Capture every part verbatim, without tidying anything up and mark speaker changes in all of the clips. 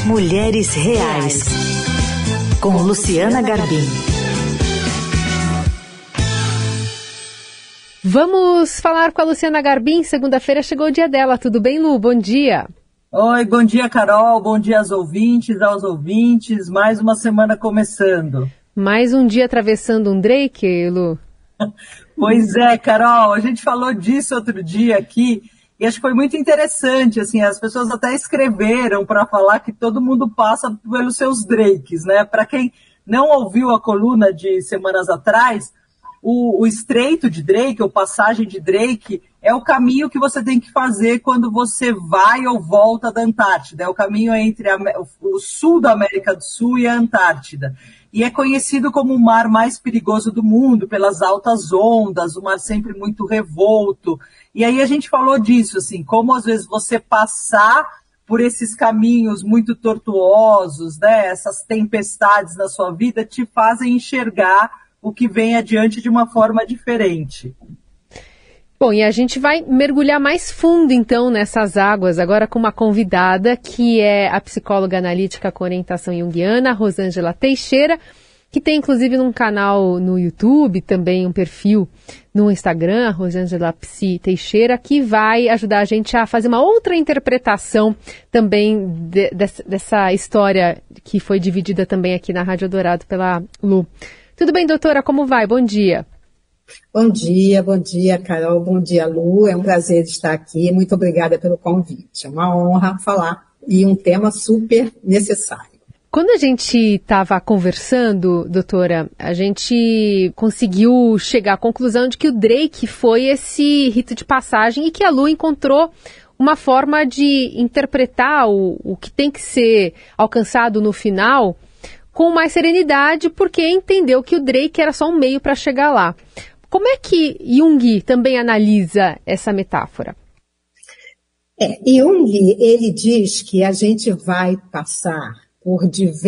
Speaker 1: Mulheres Reais, com Luciana Garbim.
Speaker 2: Vamos falar com a Luciana Garbim. Segunda-feira chegou o dia dela. Tudo bem, Lu? Bom dia.
Speaker 3: Oi, bom dia, Carol. Bom dia aos ouvintes, aos ouvintes. Mais uma semana começando.
Speaker 2: Mais um dia atravessando um Drake, Lu?
Speaker 3: Pois é, Carol. A gente falou disso outro dia aqui e acho que foi muito interessante. Assim, as pessoas até escreveram para falar que todo mundo passa pelos seus Drakes, né? Para quem não ouviu a coluna de semanas atrás, O, o estreito de Drake, ou passagem de Drake, é o caminho que você tem que fazer quando você vai ou volta da Antártida. É o caminho entre a, o sul da América do Sul e a Antártida. E é conhecido como o mar mais perigoso do mundo, pelas altas ondas, o mar sempre muito revolto. E aí a gente falou disso, assim, como às vezes você passar por esses caminhos muito tortuosos, né, essas tempestades na sua vida, te fazem enxergar o que vem adiante de uma forma diferente.
Speaker 2: Bom, e a gente vai mergulhar mais fundo, então, nessas águas, agora com uma convidada, que é a psicóloga analítica com orientação junguiana, Rosângela Teixeira, que tem, inclusive, um canal no YouTube, também um perfil no Instagram, Rosângela Psi Teixeira, que vai ajudar a gente a fazer uma outra interpretação também de, de, dessa história que foi dividida também aqui na Rádio Eldorado pela Lu. Tudo bem, doutora? Como vai? Bom dia.
Speaker 4: Bom dia, bom dia, Carol. Bom dia, Lu. É um prazer estar aqui. Muito obrigada pelo convite. É uma honra falar e um tema super necessário.
Speaker 2: Quando a gente estava conversando, doutora, a gente conseguiu chegar à conclusão de que o Drake foi esse rito de passagem e que a Lu encontrou uma forma de interpretar o, o que tem que ser alcançado no final com mais serenidade, porque entendeu que o Drake era só um meio para chegar lá. Como é que Jung também analisa essa metáfora?
Speaker 4: É, Jung, ele diz que a gente vai passar por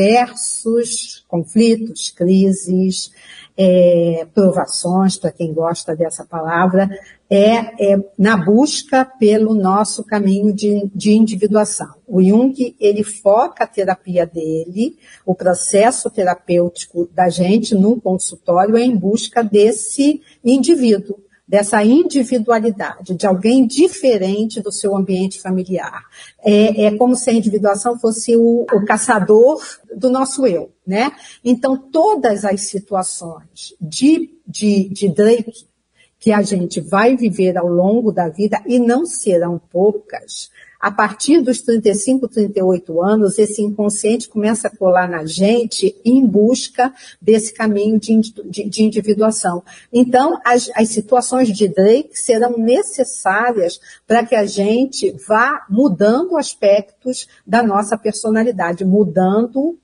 Speaker 4: diversos conflitos, crises, é, provações, para quem gosta dessa palavra, é, é na busca pelo nosso caminho de, de individuação. O Jung, ele foca a terapia dele, o processo terapêutico da gente no consultório é em busca desse indivíduo, dessa individualidade, de alguém diferente do seu ambiente familiar. É, é como se a individuação fosse o, o caçador do nosso eu, né? Então, todas as situações de, de, de Drake que a gente vai viver ao longo da vida, e não serão poucas, a partir dos trinta e cinco, trinta e oito anos, esse inconsciente começa a colar na gente em busca desse caminho de, de, de individuação. Então, as, as situações de Drake serão necessárias para que a gente vá mudando aspectos da nossa personalidade, mudando,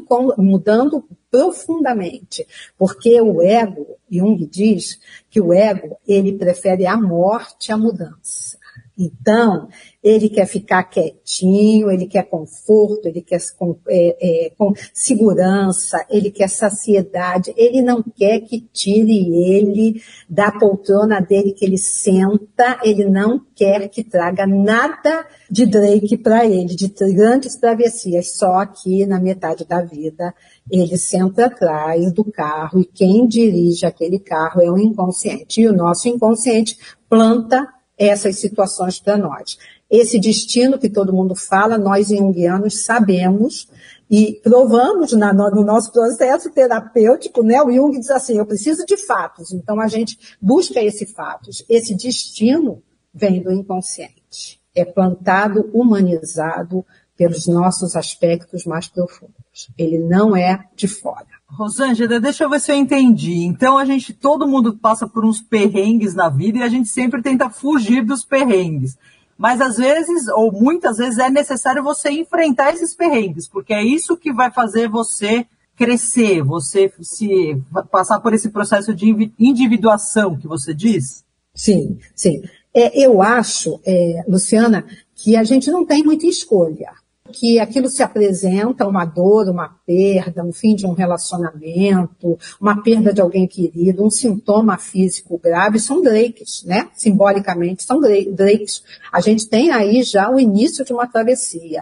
Speaker 4: mudando profundamente. Porque o ego, Jung diz que o ego, ele prefere a morte à mudança. Então, ele quer ficar quietinho, ele quer conforto, ele quer com, é, é, com segurança, ele quer saciedade, ele não quer que tire ele da poltrona dele que ele senta, ele não quer que traga nada de Drake para ele, de grandes travessias, só aqui na metade da vida ele senta atrás do carro e quem dirige aquele carro é o inconsciente, e o nosso inconsciente planta essas situações para nós. Esse destino que todo mundo fala, nós junguianos sabemos e provamos na, no nosso processo terapêutico, né? O Jung diz assim, eu preciso de fatos, então a gente busca esses fatos. Esse destino vem do inconsciente, é plantado, humanizado pelos nossos aspectos mais profundos. Ele não é de fora.
Speaker 3: Rosângela, deixa eu ver se eu entendi. Então, a gente, todo mundo passa por uns perrengues na vida e a gente sempre tenta fugir dos perrengues. Mas, às vezes, ou muitas vezes, é necessário você enfrentar esses perrengues, porque é isso que vai fazer você crescer, você se passar por esse processo de individuação que você diz?
Speaker 4: Sim, sim. É, eu acho, é, Luciana, que a gente não tem muita escolha. Que aquilo se apresenta, uma dor, uma perda, um fim de um relacionamento, uma perda de alguém querido, um sintoma físico grave, são Drakes, né? Simbolicamente, são Drakes. A gente tem aí já o início de uma travessia.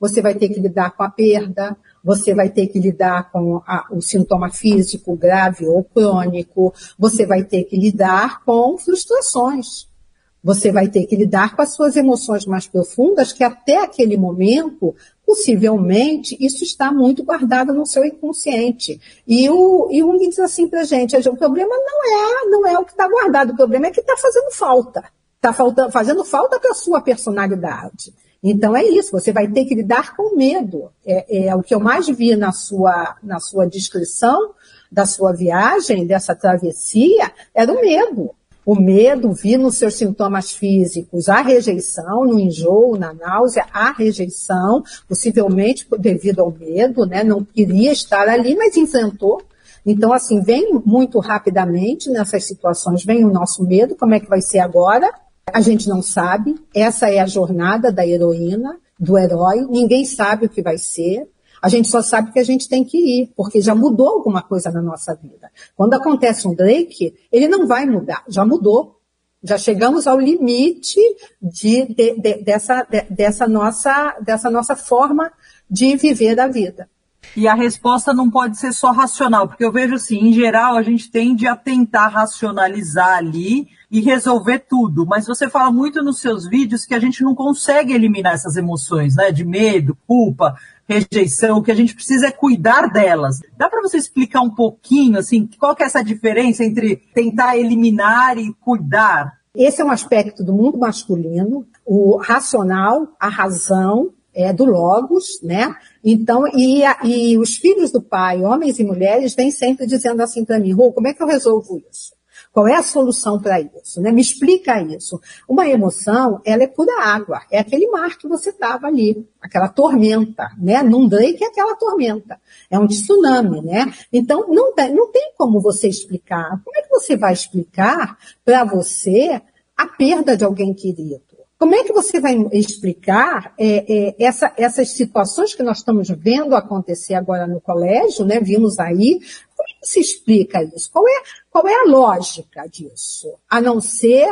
Speaker 4: você vai ter que lidar com a perda, você vai ter que lidar com a, o sintoma físico grave ou crônico, você vai ter que lidar com frustrações. Você vai ter que lidar com as suas emoções mais profundas, que até aquele momento, possivelmente, isso está muito guardado no seu inconsciente. E o, e o Jung diz assim pra gente, o problema não é, não é o que está guardado, o problema é que está fazendo falta. Está faltando, fazendo falta para a sua personalidade. Então é isso, você vai ter que lidar com medo. É, é o que eu mais vi na sua, na sua descrição da sua viagem, dessa travessia, era o medo. O medo vi nos seus sintomas físicos, a rejeição, no enjoo, na náusea, a rejeição, possivelmente devido ao medo, né? Não queria estar ali, mas enfrentou. Então, assim, vem muito rapidamente nessas situações, vem o nosso medo, como é que vai ser agora? A gente não sabe, essa é a jornada da heroína, do herói, ninguém sabe o que vai ser. A gente só sabe que a gente tem que ir, porque já mudou alguma coisa na nossa vida. Quando acontece um Drake, ele não vai mudar, já mudou. Já chegamos ao limite de, de, de, dessa, de, dessa, nossa, dessa nossa forma de viver a vida.
Speaker 3: E a resposta não pode ser só racional, porque eu vejo assim, em geral a gente tende a tentar racionalizar ali e resolver tudo, mas você fala muito nos seus vídeos que a gente não consegue eliminar essas emoções, né, de medo, culpa, rejeição, o que a gente precisa é cuidar delas. Dá para você explicar um pouquinho, assim, qual que é essa diferença entre tentar eliminar e cuidar?
Speaker 4: Esse é um aspecto do mundo masculino, o racional, a razão, é do logos, né? Então, e, a, e os filhos do pai, homens e mulheres, vêm sempre dizendo assim para mim, Rô, como é que eu resolvo isso? Qual é a solução para isso? Né? Me explica isso. Uma emoção, ela é pura água, é aquele mar que você estava ali, aquela tormenta, né? Num Drake é aquela tormenta, é um tsunami, né? Então, não tem, não tem como você explicar. Como é que você vai explicar para você a perda de alguém querido? Como é que você vai explicar é, é, essa, essas situações que nós estamos vendo acontecer agora no colégio, né? Vimos aí. Como é que se explica isso? Qual é, qual é a lógica disso? A não ser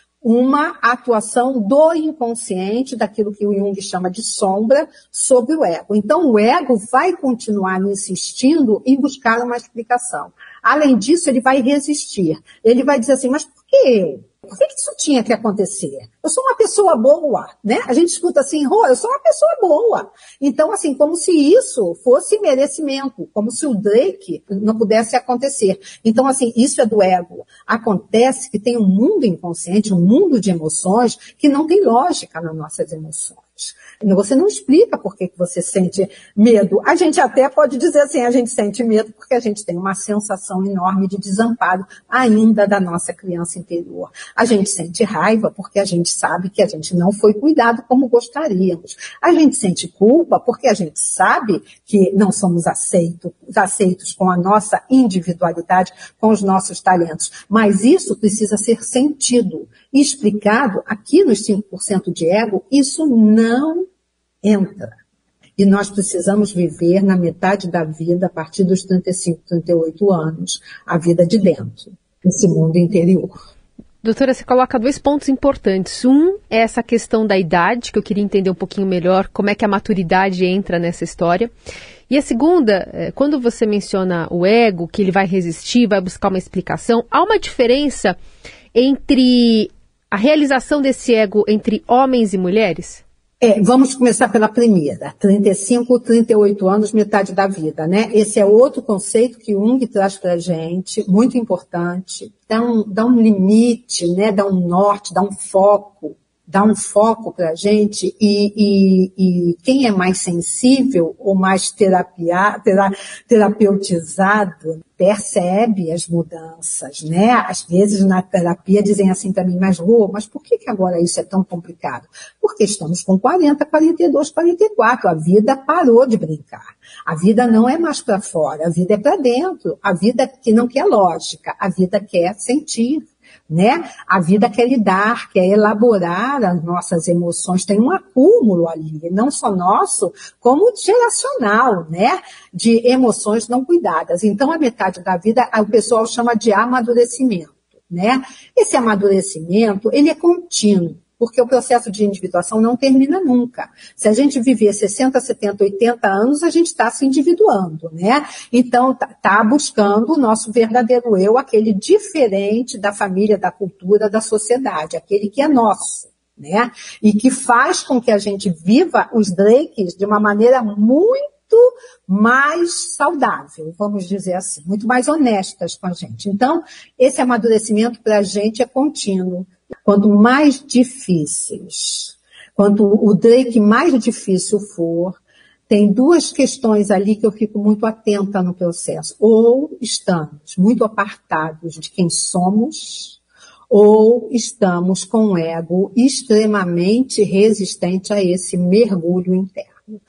Speaker 4: uma atuação do inconsciente, daquilo que o Jung chama de sombra, sobre o ego. Então, o ego vai continuar insistindo em buscar uma explicação. Além disso, ele vai resistir. Ele vai dizer assim, mas por que eu? Por que isso tinha que acontecer? Eu sou uma pessoa boa, né? A gente escuta assim, Rô, eu sou uma pessoa boa. Então, assim, como se isso fosse merecimento, como se o Drake não pudesse acontecer. Então, assim, isso é do ego. Acontece que tem um mundo inconsciente, um mundo de emoções que não tem lógica nas nossas emoções. Você não explica por que você sente medo. A gente até pode dizer assim, a gente sente medo porque a gente tem uma sensação enorme de desamparo ainda da nossa criança interior. A gente sente raiva porque a gente sabe que a gente não foi cuidado como gostaríamos. A gente sente culpa porque a gente sabe que não somos aceitos, aceitos com a nossa individualidade, com os nossos talentos. Mas isso precisa ser sentido e explicado. Aqui nos cinco por cento de ego, isso não entra. E nós precisamos viver na metade da vida, a partir dos trinta e cinco, trinta e oito anos, a vida de dentro, esse mundo interior.
Speaker 2: Doutora, você coloca dois pontos importantes. Um é essa questão da idade, que eu queria entender um pouquinho melhor, como é que a maturidade entra nessa história. E a segunda, quando você menciona o ego, que ele vai resistir, vai buscar uma explicação, há uma diferença entre a realização desse ego entre homens e mulheres?
Speaker 4: É, vamos começar pela primeira, trinta e cinco, trinta e oito anos, metade da vida, né? Esse é outro conceito que o Jung traz pra gente, muito importante, dá um, dá um limite, né? Dá um norte, dá um foco, dá um foco pra gente e, e, e quem é mais sensível ou mais terapia, tera, terapeutizado percebe as mudanças, né? Às vezes na terapia dizem assim para mim, mas Rô, mas por que que agora isso é tão complicado? Porque estamos com quarenta, quarenta e dois, quarenta e quatro, a vida parou de brincar. A vida não é mais para fora, a vida é para dentro. A vida que não quer lógica, a vida quer sentir. Né? A vida quer lidar, quer elaborar as nossas emoções, tem um acúmulo ali, não só nosso, como geracional, né? De emoções não cuidadas. Então, a metade da vida, o pessoal chama de amadurecimento, né? Esse amadurecimento, ele é contínuo, porque o processo de individuação não termina nunca. Se a gente viver sessenta, setenta, oitenta anos, a gente está se individuando, né? Então, está tá buscando o nosso verdadeiro eu, aquele diferente da família, da cultura, da sociedade, aquele que é nosso, né? E que faz com que a gente viva os Drakes de uma maneira muito mais saudável, vamos dizer assim, muito mais honestas com a gente. Então, esse amadurecimento para a gente é contínuo. Quanto mais difíceis, quanto o Drake mais difícil for, tem duas questões ali que eu fico muito atenta no processo. Ou estamos muito apartados de quem somos, ou estamos com um ego extremamente resistente a esse mergulho interno.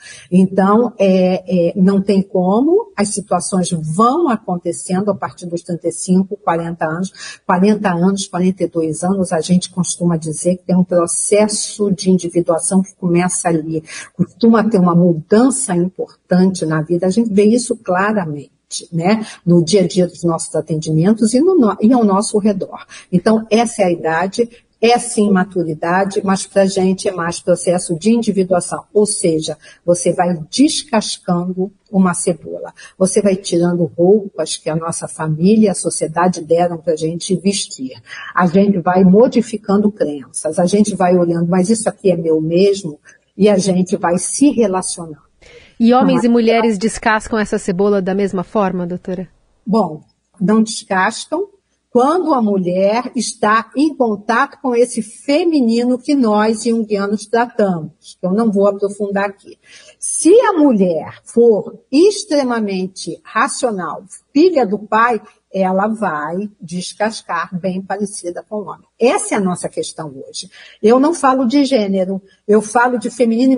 Speaker 4: Então, é, é, não tem como, as situações vão acontecendo a partir dos trinta e cinco, quarenta anos, quarenta anos, quarenta e dois anos, a gente costuma dizer que tem um processo de individuação que começa ali, costuma ter uma mudança importante na vida, a gente vê isso claramente, né, no dia a dia dos nossos atendimentos e, no, e ao nosso redor. Então, essa é a idade. É sim maturidade, mas para a gente é mais processo de individuação. Ou seja, você vai descascando uma cebola. Você vai tirando roupas que a nossa família e a sociedade deram para a gente vestir. A gente vai modificando crenças. A gente vai olhando, mas isso aqui é meu mesmo? E a gente vai se relacionando.
Speaker 2: E homens e mulheres descascam essa cebola da mesma forma, doutora?
Speaker 4: Bom, não descascam. Quando a mulher está em contato com esse feminino que nós junguianos tratamos, que eu não vou aprofundar aqui. Se a mulher for extremamente racional, filha do pai, ela vai descascar bem parecida com o homem. Essa é a nossa questão hoje. Eu não falo de gênero, eu falo de feminino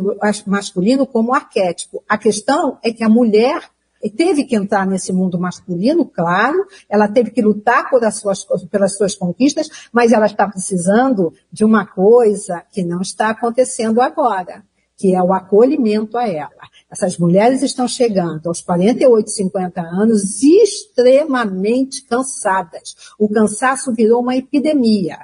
Speaker 4: e masculino como arquétipo. A questão é que a mulher teve que entrar nesse mundo masculino, claro, ela teve que lutar por as suas, pelas suas conquistas, mas ela está precisando de uma coisa que não está acontecendo agora, que é o acolhimento a ela. Essas mulheres estão chegando aos quarenta e oito, cinquenta anos extremamente cansadas. O cansaço virou uma epidemia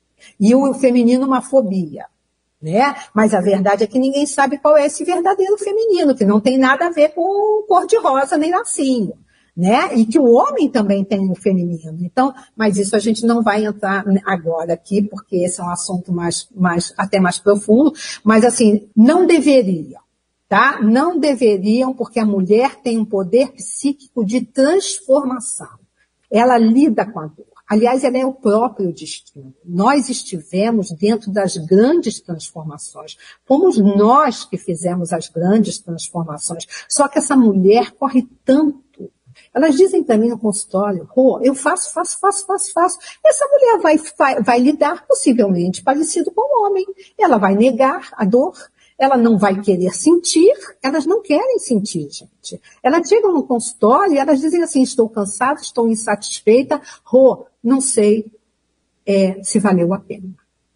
Speaker 4: e o feminino uma fobia. Né? Mas a verdade é que ninguém sabe qual é esse verdadeiro feminino, que não tem nada a ver com cor-de-rosa nem lacinho, né? E que o homem também tem o feminino. Então, mas isso a gente não vai entrar agora aqui, porque esse é um assunto mais, mais, até mais profundo, mas assim, não deveriam, tá? Não deveriam, porque a mulher tem um poder psíquico de transformação. Ela lida com a dor. Aliás, ela é o próprio destino. Nós estivemos dentro das grandes transformações. Fomos nós que fizemos as grandes transformações. Só que essa mulher corre tanto. Elas dizem para mim no consultório, oh, eu faço, faço, faço, faço, faço. Essa mulher vai, vai, vai lidar possivelmente parecido com o homem. Ela vai negar a dor. Ela não vai querer sentir, elas não querem sentir, gente. Elas chegam no consultório e elas dizem assim, estou cansada, estou insatisfeita, Rô, não sei é, se valeu a pena.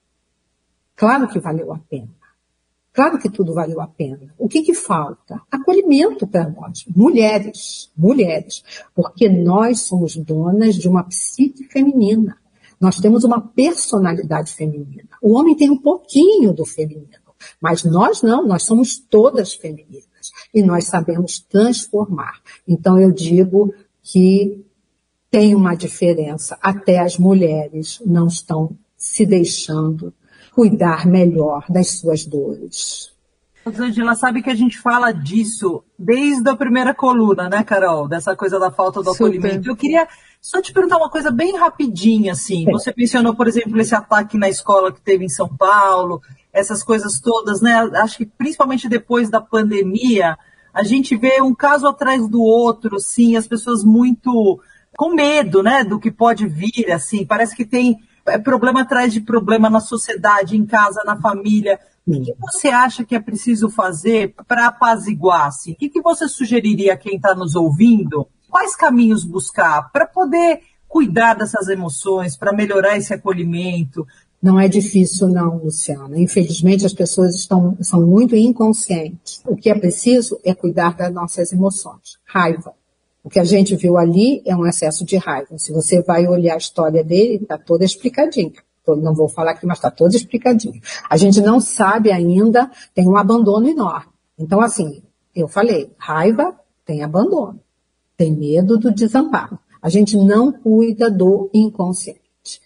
Speaker 4: Claro que valeu a pena. Claro que tudo valeu a pena. O que que falta? Acolhimento para nós, mulheres, mulheres, porque nós somos donas de uma psique feminina. Nós temos uma personalidade feminina. O homem tem um pouquinho do feminino. Mas nós não, nós somos todas femininas e nós sabemos transformar. Então eu digo que tem uma diferença, até as mulheres não estão se deixando cuidar melhor das suas dores.
Speaker 3: Rosângela, sabe que a gente fala disso desde a primeira coluna, né, Carol? Dessa coisa da falta do
Speaker 2: Super.
Speaker 3: acolhimento. Eu queria só te perguntar uma coisa bem rapidinha, assim. É. Você mencionou, por exemplo, esse ataque na escola que teve em São Paulo, essas coisas todas, né? Acho que principalmente depois da pandemia, a gente vê um caso atrás do outro, assim, as pessoas muito com medo, né, do que pode vir, assim. Parece que tem problema atrás de problema na sociedade, em casa, na família. O que você acha que é preciso fazer para apaziguar, assim? O que, que você sugeriria a quem está nos ouvindo? Quais caminhos buscar para poder cuidar dessas emoções, para melhorar esse acolhimento?
Speaker 4: Não é difícil não, Luciana. Infelizmente as pessoas estão, são muito inconscientes. O que é preciso é cuidar das nossas emoções. Raiva. O que a gente viu ali é um excesso de raiva. Se você vai olhar a história dele, está toda explicadinha. não vou falar aqui, mas está todo explicadinho. A gente não sabe ainda, tem um abandono enorme. Então, assim, eu falei, raiva tem abandono, tem medo do desamparo. A gente não cuida do inconsciente.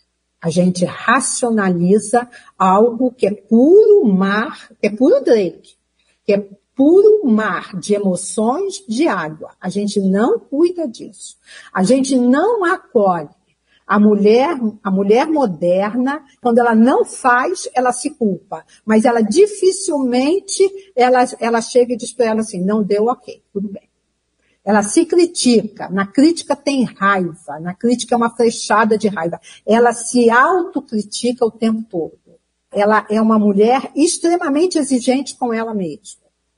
Speaker 4: A gente racionaliza algo que é puro mar, que é puro Drake, que é puro mar de emoções de água. A gente não cuida disso. A gente não acolhe. A mulher, a mulher moderna, quando ela não faz, ela se culpa. Mas ela dificilmente, ela, ela chega e diz para ela assim, não deu ok, tudo bem. Ela se critica, na crítica tem raiva, na crítica é uma flechada de raiva. Ela se autocritica o tempo todo. Ela é uma mulher extremamente exigente com ela mesma.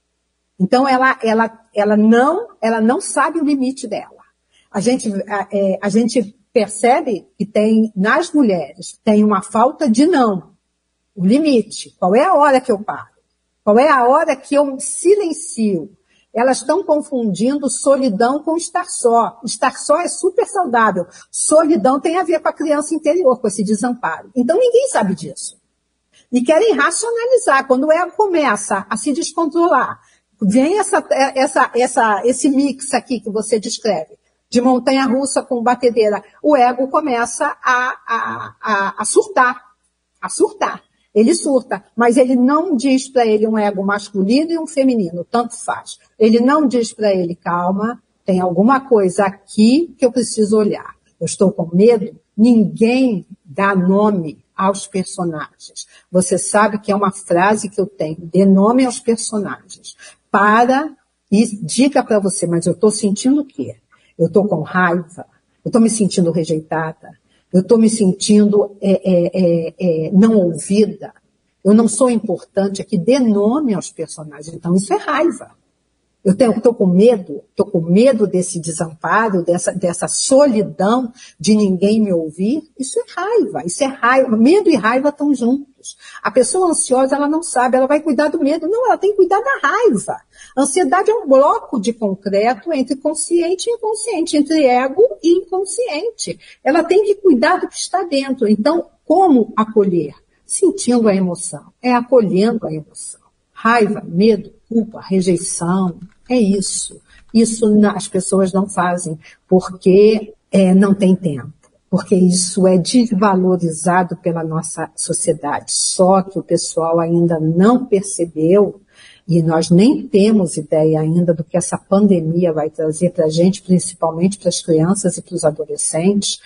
Speaker 4: Então ela, ela, ela, não, ela não sabe o limite dela. A gente, é, a gente percebe que tem, nas mulheres, tem uma falta de não. O limite. Qual é a hora que eu paro? Qual é a hora que eu silencio? Elas estão confundindo solidão com estar só. Estar só é super saudável. Solidão tem a ver com a criança interior, com esse desamparo. Então ninguém sabe disso. E querem racionalizar. Quando o ego começa a se descontrolar, vem essa, essa, essa, esse mix aqui que você descreve, de montanha-russa com batedeira, o ego começa a, a, a, a surtar. A surtar. Ele surta, mas ele não diz para ele um ego masculino e um feminino, tanto faz. Ele não diz para ele, calma, tem alguma coisa aqui que eu preciso olhar. Eu estou com medo, ninguém dá nome aos personagens. Você sabe que é uma frase que eu tenho, dê nome aos personagens. Para e diga para você, mas eu estou sentindo o quê? Eu estou com raiva, eu estou me sentindo rejeitada, eu estou me sentindo é, é, é, é, não ouvida, eu não sou importante aqui, dê nome aos personagens. Então isso é raiva. Eu estou com medo, estou com medo desse desamparo, dessa, dessa solidão de ninguém me ouvir. Isso é raiva, isso é raiva. Medo e raiva estão juntos. A pessoa ansiosa, ela não sabe, ela vai cuidar do medo. Não, ela tem que cuidar da raiva. A ansiedade é um bloco de concreto entre consciente e inconsciente, entre ego e inconsciente. Ela tem que cuidar do que está dentro. Então, como acolher? Sentindo a emoção, é acolhendo a emoção. Raiva, medo, culpa, rejeição, é isso. Isso as pessoas não fazem porque é, não tem tempo. Porque isso é desvalorizado pela nossa sociedade. Só que o pessoal ainda não percebeu e nós nem temos ideia ainda do que essa pandemia vai trazer para a gente, principalmente para as crianças e para os adolescentes.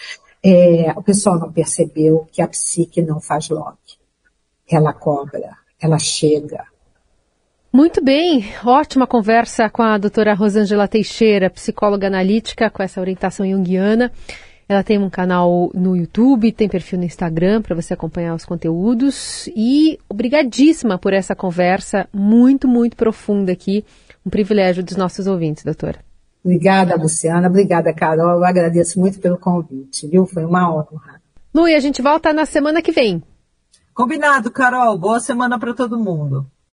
Speaker 4: É, o pessoal não percebeu que a psique não faz log. Ela cobra, ela chega.
Speaker 2: Muito bem, ótima conversa com a doutora Rosângela Teixeira, psicóloga analítica com essa orientação junguiana. Ela tem um canal no YouTube, tem perfil no Instagram para você acompanhar os conteúdos. E obrigadíssima por essa conversa muito, muito profunda aqui. Um privilégio dos nossos ouvintes, doutora.
Speaker 4: Obrigada, Luciana. Obrigada, Carol. Eu agradeço muito pelo convite, viu? Foi uma honra.
Speaker 2: Lu, e a gente volta na semana que vem.
Speaker 3: Combinado, Carol. Boa semana para todo mundo.